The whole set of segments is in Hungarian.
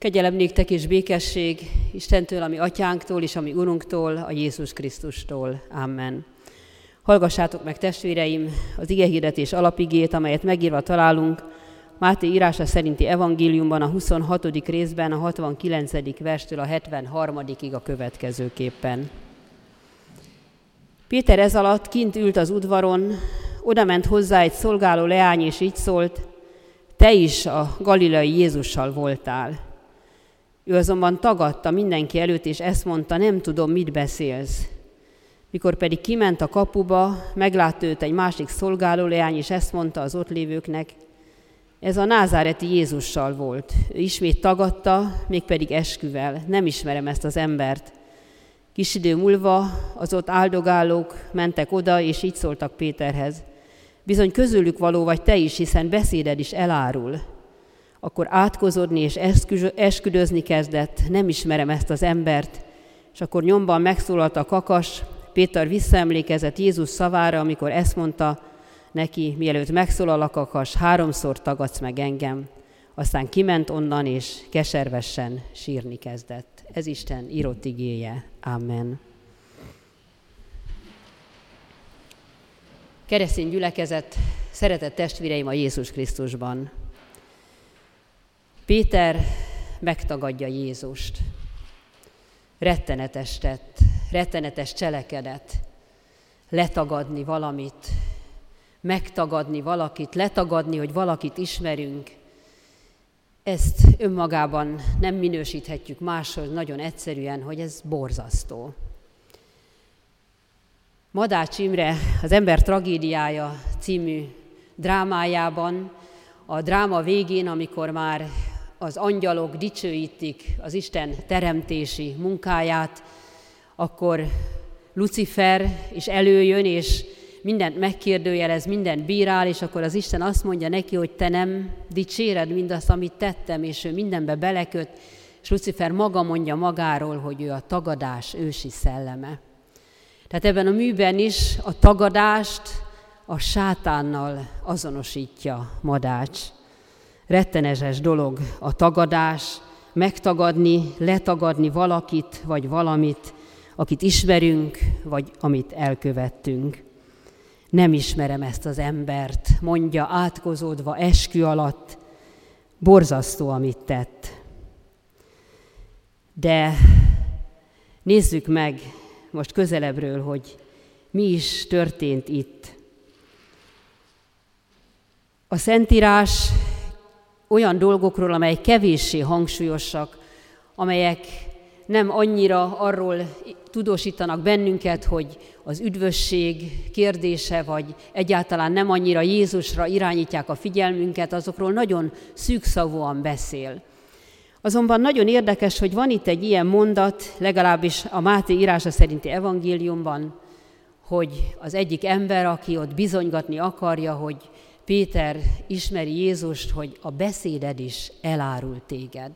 Kegyelem néktek és békesség Istentől, ami atyánktól és ami Urunktól, a Jézus Krisztustól. Amen. Hallgassátok meg, testvéreim, az igehirdetés alapigét, amelyet megírva találunk Máté írása szerinti evangéliumban, a 26. részben, a 69. verstől a 73-ig a következőképpen. Péter ez alatt kint ült az udvaron, odament hozzá egy szolgáló leány, és így szólt: te is a galileai Jézussal voltál. Ő azonban tagadta mindenki előtt, és ezt mondta: nem tudom, mit beszélsz. Mikor pedig kiment a kapuba, meglátta őt egy másik szolgáló leány, és ezt mondta az ott lévőknek: ez a názáreti Jézussal volt. Ő ismét tagadta, mégpedig esküvel: nem ismerem ezt az embert. Kis idő múlva az ott áldogálók mentek oda, és így szóltak Péterhez: bizony közülük való vagy te is, hiszen beszéded is elárul. Akkor átkozodni és esküdözni kezdett: nem ismerem ezt az embert. És akkor nyomban megszólalt a kakas. Péter visszaemlékezett Jézus szavára, amikor ezt mondta neki: mielőtt megszólal a kakas, 3-szor tagadsz meg engem. Aztán kiment onnan, és keservesen sírni kezdett. Ez Isten írott igéje. Amen. Keresztény gyülekezet, szeretett testvéreim a Jézus Krisztusban. Péter megtagadja Jézust. Rettenetes tett, rettenetes cselekedet. Letagadni valamit, megtagadni valakit, letagadni, hogy valakit ismerünk. Ezt önmagában nem minősíthetjük máshoz nagyon egyszerűen, hogy ez borzasztó. Madács Imre az Ember tragédiája című drámájában, a dráma végén, amikor már az angyalok dicsőítik az Isten teremtési munkáját, akkor Lucifer is előjön, és mindent megkérdőjelez, mindent bírál, és akkor az Isten azt mondja neki, hogy te nem dicséred mindazt, amit tettem, és ő mindenbe beleköt, és Lucifer maga mondja magáról, hogy ő a tagadás ősi szelleme. Tehát ebben a műben is a tagadást a sátánnal azonosítja Madács. Rettenetes dolog a tagadás, megtagadni, letagadni valakit vagy valamit, akit ismerünk, vagy amit elkövettünk. Nem ismerem ezt az embert, mondja átkozódva eskü alatt. Borzasztó, amit tett. De nézzük meg most közelebbről, hogy mi is történt itt. A Szentírás olyan dolgokról, amelyek kevéssé hangsúlyosak, amelyek nem annyira arról tudósítanak bennünket, hogy az üdvösség kérdése, vagy egyáltalán nem annyira Jézusra irányítják a figyelmünket, azokról nagyon szűkszavúan beszél. Azonban nagyon érdekes, hogy van itt egy ilyen mondat, legalábbis a Máté írása szerinti evangéliumban, hogy az egyik ember, aki ott bizonygatni akarja, hogy Péter ismeri Jézust, hogy a beszéded is elárul téged.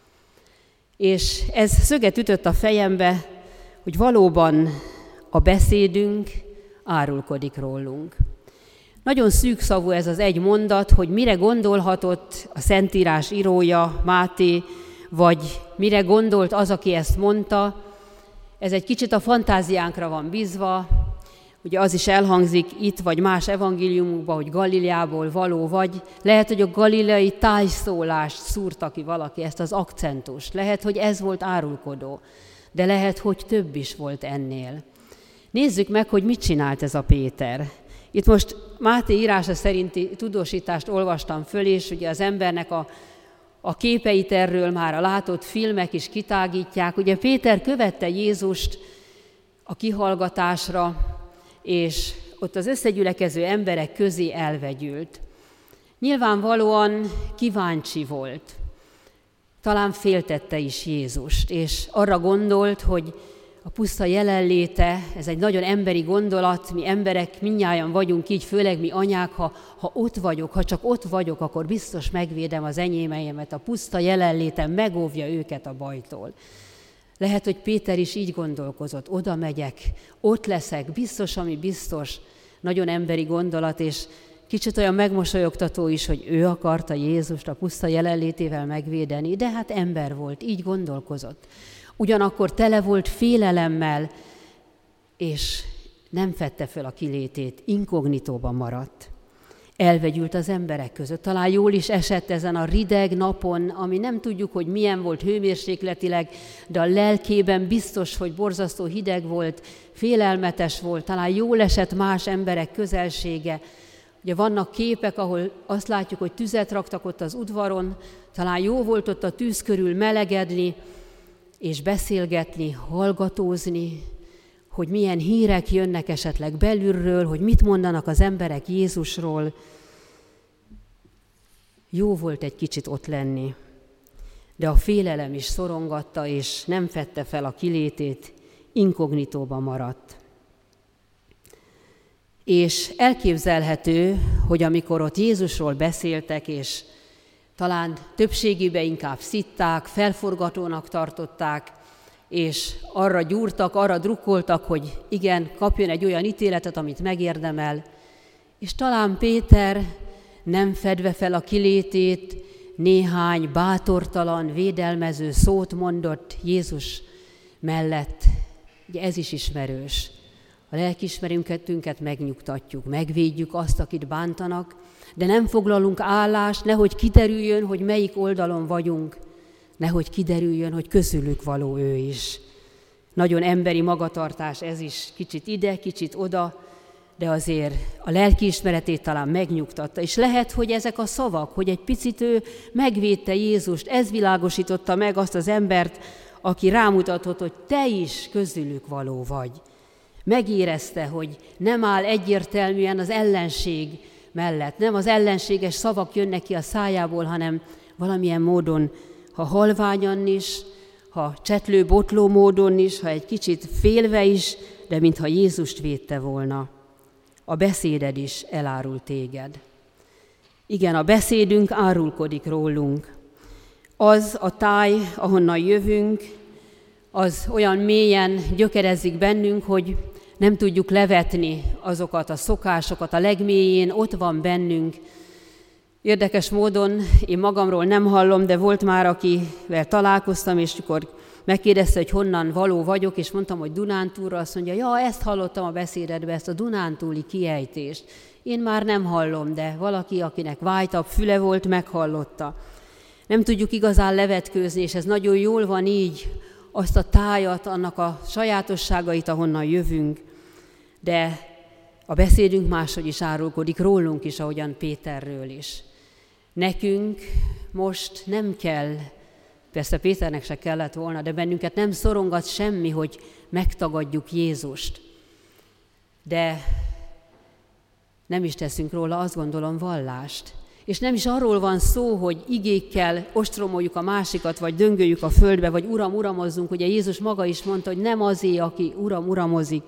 És ez szöget ütött a fejembe, hogy valóban a beszédünk árulkodik rólunk. Nagyon szűkszavú ez az egy mondat, hogy mire gondolhatott a Szentírás írója, Máté, vagy mire gondolt az, aki ezt mondta. Ez egy kicsit a fantáziánkra van bízva. Ugye az is elhangzik itt, vagy más evangéliumokban, hogy Galileából való vagy. Lehet, hogy a galileai tájszólást szúrta ki valaki, ezt az akcentust. Lehet, hogy ez volt árulkodó, de lehet, hogy több is volt ennél. Nézzük meg, hogy mit csinált ez a Péter. Itt most Máté írása szerinti tudósítást olvastam föl, és ugye az embernek a képeit erről már a látott filmek is kitágítják. Ugye Péter követte Jézust a kihallgatásra, és ott az összegyülekező emberek közé elvegyült. Nyilvánvalóan kíváncsi volt. Talán féltette is Jézust, és arra gondolt, hogy a puszta jelenléte, ez egy nagyon emberi gondolat, mi emberek mindnyájan vagyunk így, főleg mi anyák, ha ott vagyok, ha csak ott vagyok, akkor biztos megvédem az enyémeimet, a puszta jelenlétem megóvja őket a bajtól. Lehet, hogy Péter is így gondolkozott, oda megyek, ott leszek, biztos, ami biztos, nagyon emberi gondolat, és kicsit olyan megmosolyogtató is, hogy ő akarta Jézust a puszta jelenlétével megvédeni, de hát ember volt, így gondolkozott. Ugyanakkor tele volt félelemmel, és nem fedte föl a kilétét, inkognitóban maradt. Elvegyült az emberek között. Talán jól is esett ezen a rideg napon, ami nem tudjuk, hogy milyen volt hőmérsékletileg, de a lelkében biztos, hogy borzasztó hideg volt, félelmetes volt, talán jól esett más emberek közelsége. Ugye vannak képek, ahol azt látjuk, hogy tüzet raktak ott az udvaron, talán jó volt ott a tűz körül melegedni, és beszélgetni, hallgatózni, hogy milyen hírek jönnek esetleg belülről, hogy mit mondanak az emberek Jézusról. Jó volt egy kicsit ott lenni, de a félelem is szorongatta, és nem fedte fel a kilétét, inkognitóban maradt. És elképzelhető, hogy amikor ott Jézusról beszéltek, és talán többségében inkább szitták, felforgatónak tartották, és arra gyúrtak, arra drukkoltak, hogy igen, kapjon egy olyan ítéletet, amit megérdemel. És talán Péter nem fedve fel a kilétét, néhány bátortalan, védelmező szót mondott Jézus mellett. Ugye ez is ismerős. A lelkiismerőnket megnyugtatjuk, megvédjük azt, akit bántanak, de nem foglalunk állást, nehogy kiderüljön, hogy melyik oldalon vagyunk, nehogy kiderüljön, hogy közülük való ő is. Nagyon emberi magatartás ez is, kicsit ide, kicsit oda, de azért a lelkiismeretét talán megnyugtatta. És lehet, hogy ezek a szavak, hogy egy picit ő megvédte Jézust, ez világosította meg azt az embert, aki rámutatott, hogy te is közülük való vagy. Megérezte, hogy nem áll egyértelműen az ellenség mellett, nem az ellenséges szavak jönnek ki a szájából, hanem valamilyen módon, ha halványan is, ha csetlő-botló módon is, ha egy kicsit félve is, de mintha Jézust védte volna. A beszéded is elárul téged. Igen, a beszédünk árulkodik rólunk. Az a táj, ahonnan jövünk, az olyan mélyen gyökerezik bennünk, hogy nem tudjuk levetni azokat a szokásokat, a legmélyén ott van bennünk. Érdekes módon én magamról nem hallom, de volt már, akivel találkoztam, és akkor megkérdezte, hogy honnan való vagyok, és mondtam, hogy Dunántúlra, azt mondja, ja, ezt hallottam a beszédedbe, ezt a dunántúli kiejtést. Én már nem hallom, de valaki, akinek vájtabb füle volt, meghallotta. Nem tudjuk igazán levetkőzni, és ez nagyon jól van így, azt a tájat, annak a sajátosságait, ahonnan jövünk, de a beszédünk máshogy is árulkodik, rólunk is, ahogyan Péterről is. Nekünk most nem kell, persze Péternek se kellett volna, de bennünket nem szorongat semmi, hogy megtagadjuk Jézust. De nem is teszünk róla, azt gondolom, vallást. És nem is arról van szó, hogy igékkel ostromoljuk a másikat, vagy döngöljük a földbe, vagy Uram, uramozzunk. Ugye Jézus maga is mondta, hogy nem azé, aki Uram, uramozik,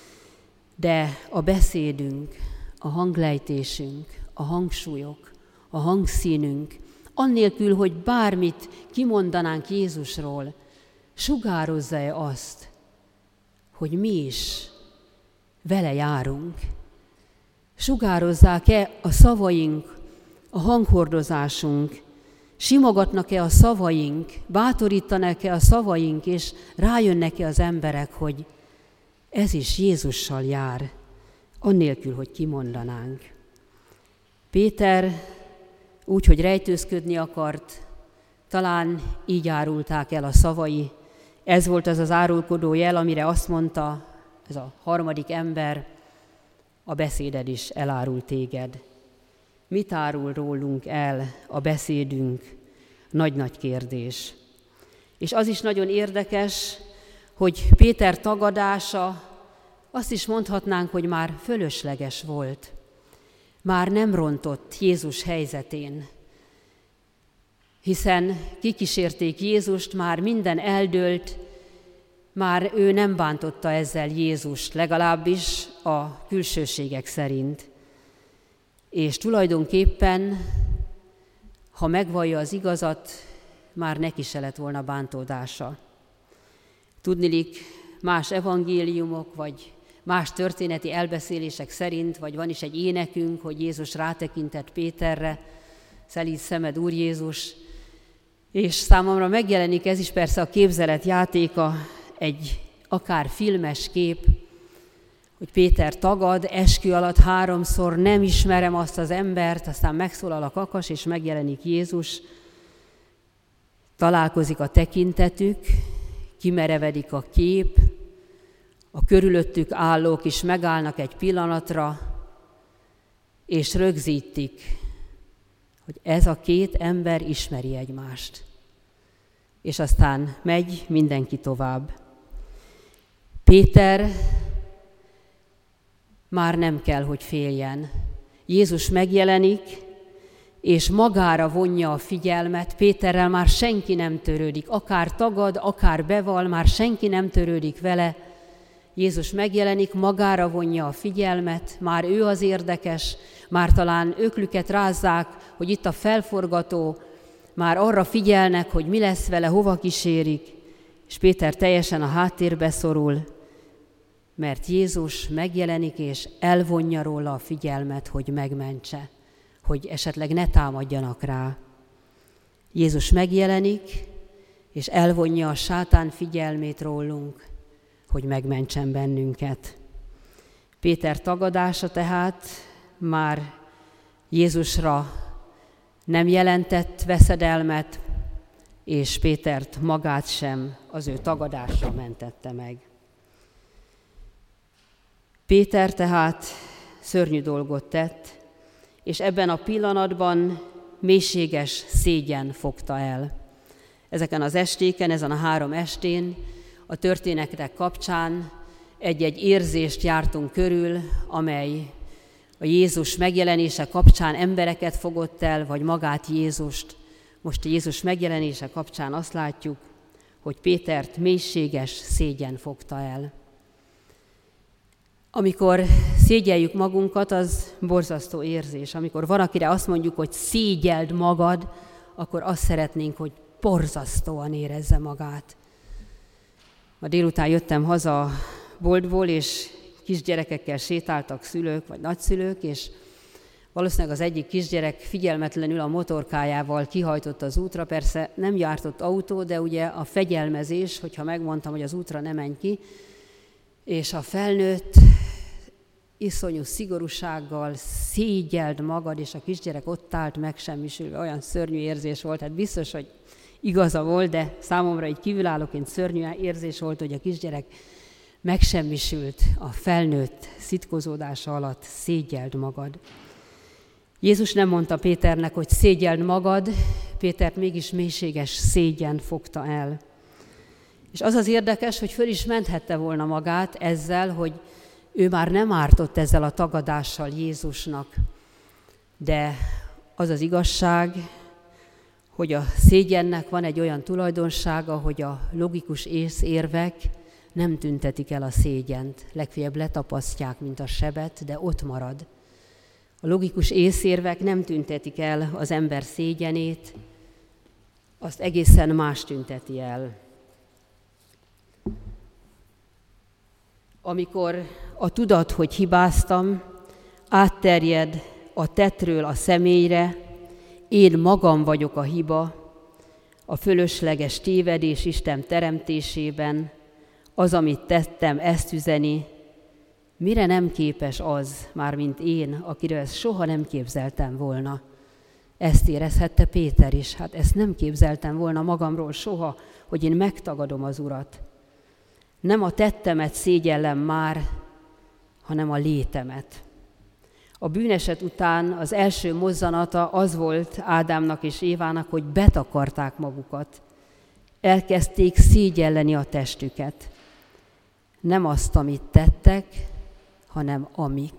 de a beszédünk, a hanglejtésünk, a hangsúlyok, a hangszínünk, annélkül, hogy bármit kimondanánk Jézusról, sugározza-e azt, hogy mi is vele járunk? Sugározzák-e a szavaink, a hanghordozásunk, simogatnak-e a szavaink, bátorítanak-e a szavaink, és rájönnek-e az emberek, hogy ez is Jézussal jár, annélkül, hogy kimondanánk. Péter úgy, hogy rejtőzködni akart, talán így árulták el a szavai. Ez volt az az árulkodó jel, amire azt mondta ez a harmadik ember, a beszéded is elárul téged. Mit árul rólunk el a beszédünk? Nagy-nagy kérdés. És az is nagyon érdekes, hogy Péter tagadása, azt is mondhatnánk, hogy már fölösleges volt. Már nem rontott Jézus helyzetén, hiszen kikísérték Jézust, már minden eldőlt, már ő nem bántotta ezzel Jézust, legalábbis a külsőségek szerint. És tulajdonképpen, ha megvallja az igazat, már neki se lett volna bántódása. Tudniillik, más evangéliumok, vagy más történeti elbeszélések szerint, vagy van is egy énekünk, hogy Jézus rátekintett Péterre, szelíd szemed, Úr Jézus, és számomra megjelenik ez is persze a képzelet játéka, egy akár filmes kép, hogy Péter tagad, eskü alatt 3-szor, nem ismerem azt az embert, aztán megszólal a kakas, és megjelenik Jézus, találkozik a tekintetük, kimerevedik a kép, a körülöttük állók is megállnak egy pillanatra, és rögzítik, hogy ez a két ember ismeri egymást. És aztán megy mindenki tovább. Péter már nem kell, hogy féljen. Jézus megjelenik, és magára vonja a figyelmet. Péterrel már senki nem törődik, akár tagad, akár beval, már senki nem törődik vele. Jézus megjelenik, magára vonja a figyelmet, már ő az érdekes, már talán öklüket rázzák, hogy itt a felforgató, már arra figyelnek, hogy mi lesz vele, hova kísérik, és Péter teljesen a háttérbe szorul, mert Jézus megjelenik, és elvonja róla a figyelmet, hogy megmentse, hogy esetleg ne támadjanak rá. Jézus megjelenik, és elvonja a sátán figyelmét rólunk, hogy megmentsen bennünket. Péter tagadása tehát már Jézusra nem jelentett veszedelmet, és Pétert magát sem az ő tagadása mentette meg. Péter tehát szörnyű dolgot tett, és ebben a pillanatban mélységes szégyen fogta el. Ezeken az estéken, ezen a 3 estén, a történetek kapcsán egy-egy érzést jártunk körül, amely a Jézus megjelenése kapcsán embereket fogott el, vagy magát Jézust. Most a Jézus megjelenése kapcsán azt látjuk, hogy Pétert mélységes szégyen fogta el. Amikor szégyeljük magunkat, az borzasztó érzés. Amikor valakire azt mondjuk, hogy szégyeld magad, akkor azt szeretnénk, hogy borzasztóan érezze magát. Ma délután jöttem haza a boltból, és kisgyerekekkel sétáltak szülők vagy nagyszülők, és valószínűleg az egyik kisgyerek figyelmetlenül a motorkájával kihajtott az útra, persze nem jártott autó, de ugye a fegyelmezés, hogyha megmondtam, hogy az útra ne menj ki, és a felnőtt iszonyú szigorúsággal szégyeld magad, és a kisgyerek ott állt megsemmisülve, olyan szörnyű érzés volt, hát biztos, hogy igaza volt, de számomra egy kívülállóként szörnyű érzés volt, hogy a kisgyerek megsemmisült a felnőtt szitkozódása alatt, szégyeld magad. Jézus nem mondta Péternek, hogy szégyeld magad, Pétert mégis mélységes szégyen fogta el. És az az érdekes, hogy föl is menthette volna magát ezzel, hogy ő már nem ártott ezzel a tagadással Jézusnak. De az az igazság, hogy a szégyennek van egy olyan tulajdonsága, hogy a logikus észérvek nem tüntetik el a szégyent, legfeljebb letapasztják, mint a sebet, de ott marad. A logikus észérvek nem tüntetik el az ember szégyenét, azt egészen más tünteti el. Amikor a tudat, hogy hibáztam, átterjed a tettről a személyre, én magam vagyok a hiba, a fölösleges tévedés Isten teremtésében, az, amit tettem, ezt üzeni, mire nem képes az, mármint én, akiről ezt soha nem képzeltem volna. Ezt érezhette Péter is, hát ezt nem képzeltem volna magamról soha, hogy én megtagadom az Urat. Nem a tettemet szégyellem már, hanem a létemet. A bűneset után az első mozzanata az volt Ádámnak és Évának, hogy betakarták magukat. Elkezdték szégyelleni a testüket. Nem azt, amit tettek, hanem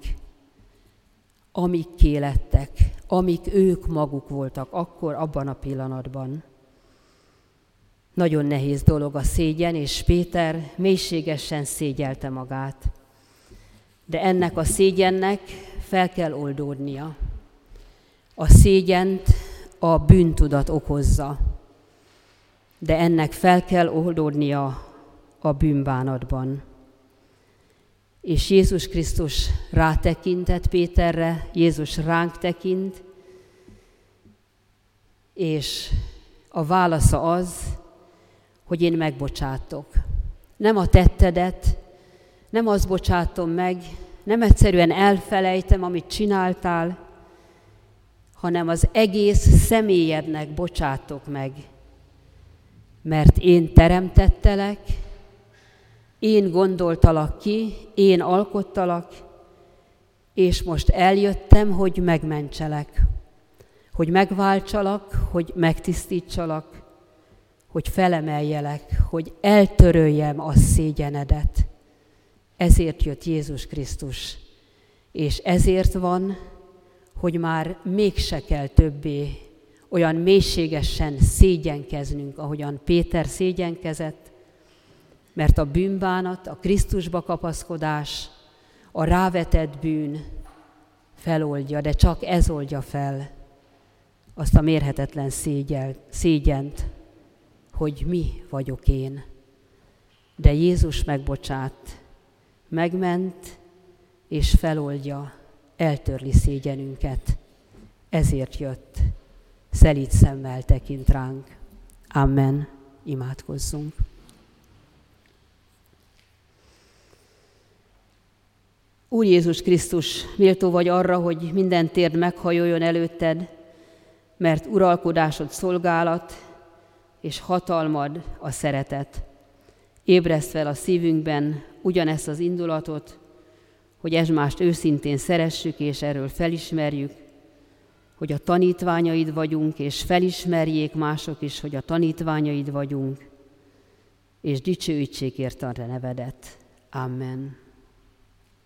amikké lettek, amik ők maguk voltak akkor, abban a pillanatban. Nagyon nehéz dolog a szégyen, és Péter mélységesen szégyelte magát. De ennek a szégyennek fel kell oldódnia. A szégyent a bűntudat okozza, de ennek fel kell oldódnia a bűnbánatban. És Jézus Krisztus rátekintett Péterre, Jézus ránk tekint, és a válasza az, hogy én megbocsátok. Nem a tettedet, nem azt bocsátom meg, nem egyszerűen elfelejtem, amit csináltál, hanem az egész személyednek bocsátok meg. Mert én teremtettelek, én gondoltalak ki, én alkottalak, és most eljöttem, hogy megmentselek, hogy megváltsalak, hogy megtisztítsalak, hogy felemeljelek, hogy eltöröljem a szégyenedet. Ezért jött Jézus Krisztus, és ezért van, hogy már mégse kell többé olyan mélységesen szégyenkeznünk, ahogyan Péter szégyenkezett, mert a bűnbánat, a Krisztusba kapaszkodás, a rávetett bűn feloldja, de csak ez oldja fel azt a mérhetetlen szégyent, hogy mi vagyok én. De Jézus megbocsát, megment és feloldja, eltörli szégyenünket. Ezért jött, szelíd szemmel tekint ránk. Amen. Imádkozzunk. Úr Jézus Krisztus, méltó vagy arra, hogy minden térd meghajoljon előtted, mert uralkodásod szolgálat, és hatalmad a szeretet. Ébreszt fel a szívünkben ugyanezt az indulatot, hogy egymást őszintén szeressük, és erről felismerjük, hogy a tanítványaid vagyunk, és felismerjék mások is, hogy a tanítványaid vagyunk, és dicsőítsék érte a nevedet. Amen.